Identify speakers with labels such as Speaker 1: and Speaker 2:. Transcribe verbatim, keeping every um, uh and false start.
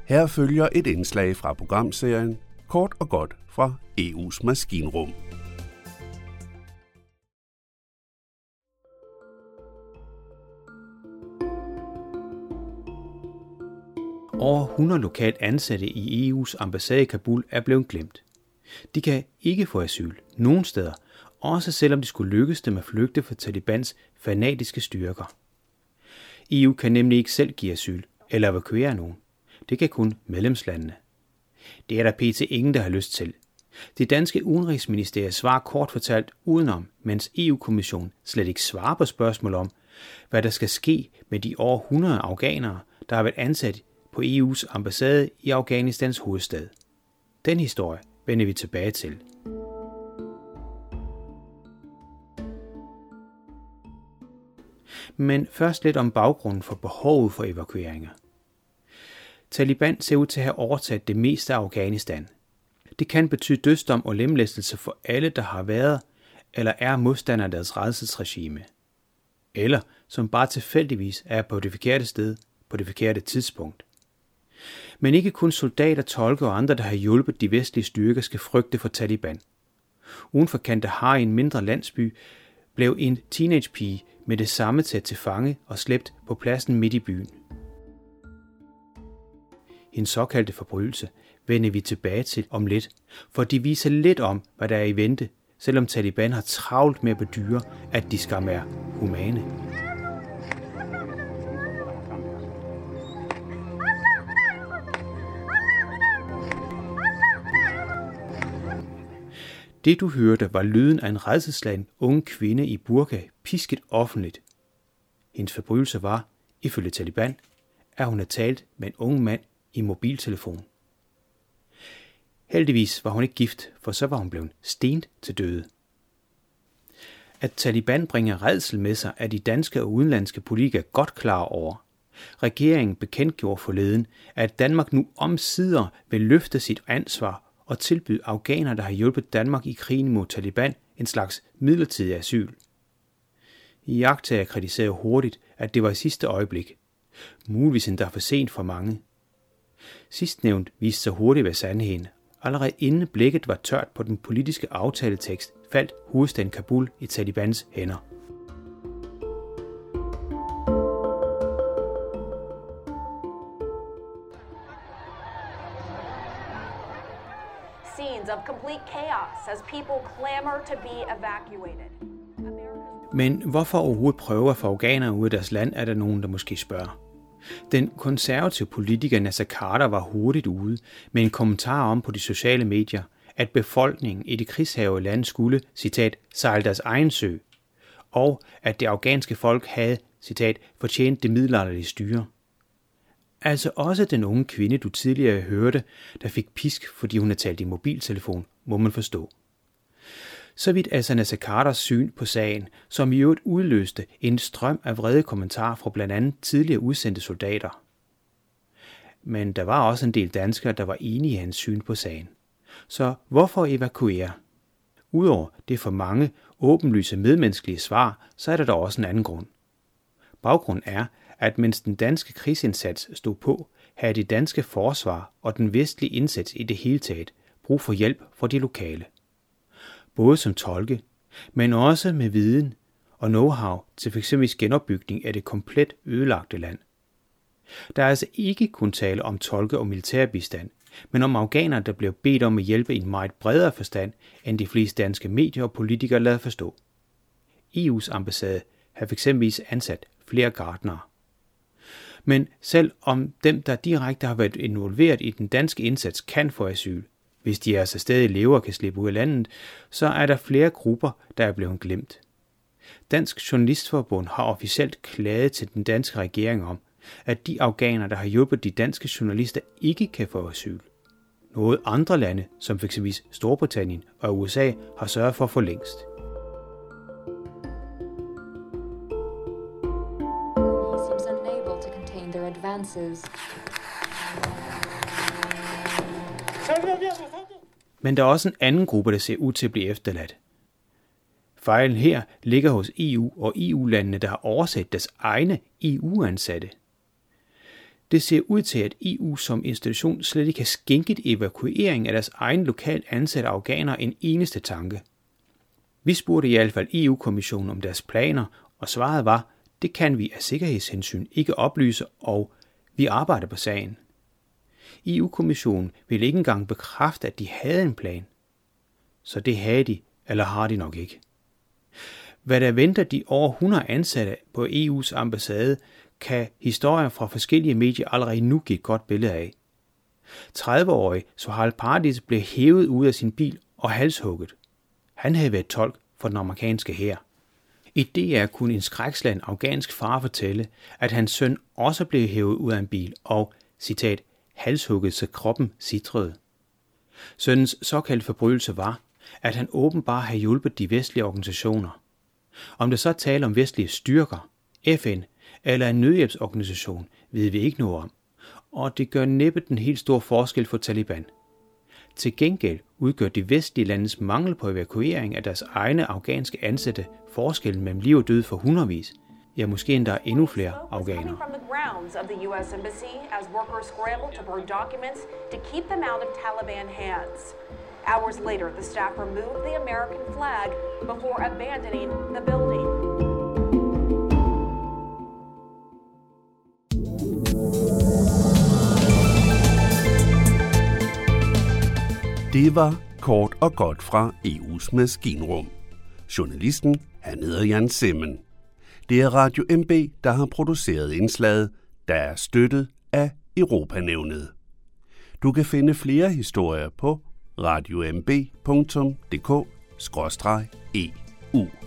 Speaker 1: Her følger et indslag fra programserien Kort og godt fra E U's maskinrum.
Speaker 2: Over hundrede lokalt ansatte i E U's ambassade i Kabul er blevet glemt. De kan ikke få asyl nogen steder, også selvom de skulle lykkes dem at flygte fra Talibans fanatiske styrker. E U kan nemlig ikke selv give asyl eller evakuere nogen. Det kan kun medlemslandene. Det er der pt. Ingen, der har lyst til. Det danske udenrigsministerium svarer kort fortalt udenom, mens E U-kommissionen slet ikke svarer på spørgsmål om, hvad der skal ske med de over hundrede afghanere, der har været ansat på E U's ambassade i Afghanistans hovedstad. Den historie vender vi tilbage til. Men først lidt om baggrunden for behovet for evakueringer. Taliban ser ud til at have overtaget det meste af Afghanistan. Det kan betyde dødsdom og lemlæstelse for alle, der har været eller er modstandere af deres rædselsregime. Eller som bare tilfældigvis er på det forkerte sted på det forkerte tidspunkt. Men ikke kun soldater, tolke og andre, der har hjulpet de vestlige styrker, skal frygte for Taliban. Uden for Kandahar i en mindre landsby blev en teenagepige med det samme taget til fange og slæbt på pladsen midt i byen. Hendes såkaldte forbrydelse vender vi tilbage til om lidt, for de viser lidt om, hvad der er i vente, selvom Taliban har travlt med at bedyre, at de skam er humane. Det du hørte var lyden af en rædselsslagen ung kvinde i burka pisket offentligt. Hendes forbrydelse var, ifølge Taliban, at hun havde talt med en ung mand i mobiltelefon. Heldigvis var hun ikke gift, for så var hun blevet stenet til døde. At Taliban bringer rædsel med sig, er de danske og udenlandske politikere godt klar over. Regeringen bekendtgjorde forleden, at Danmark nu omsider vil løfte sit ansvar og tilbyde afghanere, der har hjulpet Danmark i krigen mod Taliban, en slags midlertidig asyl. Iagttager kritiserede hurtigt, at det var i sidste øjeblik. Muligvis endda for sent for mange. Sidstnævnt viste sig hurtigt ved sandheden. Allerede inden blikket var tørt på den politiske aftaletekst, faldt hovedstaden Kabul i Talibans hænder.
Speaker 3: Scenes of complete chaos as people clamor to be evacuated.
Speaker 2: Men hvorfor overhovedet prøve at få afghanere ud af deres land, er der nogen, der måske spørger. Den konservative politiker Naser Khader var hurtigt ude med en kommentar om på de sociale medier, at befolkningen i det krigshavede land skulle, citat, sejle deres egen sø, og at det afghanske folk havde, citat, fortjent det middelalderlige styre. Altså også den unge kvinde, du tidligere hørte, der fik pisk, fordi hun havde talt i mobiltelefon, må man forstå. Så vidt altså Naser Khaders syn på sagen, som i øvrigt udløste en strøm af vrede kommentarer fra blandt andet tidligere udsendte soldater. Men der var også en del danskere, der var enige i hans syn på sagen. Så hvorfor evakuere? Udover det for mange åbenlyse medmenneskelige svar, så er der dog også en anden grund. Baggrunden er, at mens den danske krigsindsats stod på, havde det danske forsvar og den vestlige indsats i det hele taget brug for hjælp fra de lokale. Både som tolke, men også med viden og know-how til f.eks. genopbygning af det komplet ødelagte land. Der er altså ikke kun tale om tolke- og militærbistand, men om afghanere, der bliver bedt om at hjælpe i en meget bredere forstand, end de fleste danske medier og politikere lader forstå. E U's ambassade har fx ansat flere gartnere. Men selv om dem, der direkte har været involveret i den danske indsats, kan få asyl, hvis de altså stadig lever og kan slippe ud af landet, så er der flere grupper, der er blevet glemt. Dansk Journalistforbund har officielt klaget til den danske regering om, at de afghanere, der har hjulpet de danske journalister, ikke kan få asyl. Noget andre lande, som fx Storbritannien og U S A, har sørget for for længst. Men der er også en anden gruppe, der ser ud til at blive efterladt. Fejlen her ligger hos E U og E U-landene, der har oversat deres egne E U-ansatte. Det ser ud til, at E U som institution slet ikke har skænket evakuering af deres egen lokalt ansatte afghanere en eneste tanke. Vi spurgte i hvert fald E U-kommissionen om deres planer, og svaret var, det kan vi af sikkerhedshensyn ikke oplyse, og vi arbejder på sagen. E U-kommissionen ville ikke engang bekræfte, at de havde en plan. Så det havde de, eller har de nok ikke. Hvad der venter de over hundrede ansatte på E U's ambassade, kan historier fra forskellige medier allerede nu give et godt billede af. tredive-årig Sohail Pardis blev hævet ud af sin bil og halshugget. Han havde været tolk for den amerikanske hær. I D R kunne en skrækslagen afghansk far fortælle, at hans søn også blev hævet ud af en bil og, citat, halshugget så kroppen sitrede. Sønnens såkaldte forbrydelse var, at han åbenbart havde hjulpet de vestlige organisationer. Om der så taler om vestlige styrker, F N eller en nødhjælpsorganisation, ved vi ikke noget om, og det gør næppe den helt store forskel for Taliban. Til gengæld udgør de vestlige landes mangel på evakuering af deres egne afghanske ansatte forskellen mellem liv og død for hundredvis, ja måske endda endnu flere afghanere.
Speaker 3: Hours later, the staff removed the American flag before abandoning the building.
Speaker 1: Det var kort og godt fra E U's maskinrum. Journalisten, han hedder Jan Simmen. Det er Radio M B, der har produceret indslaget, der er støttet af Europanævnet. Du kan finde flere historier på radio m b punktum d k skråstreg e u.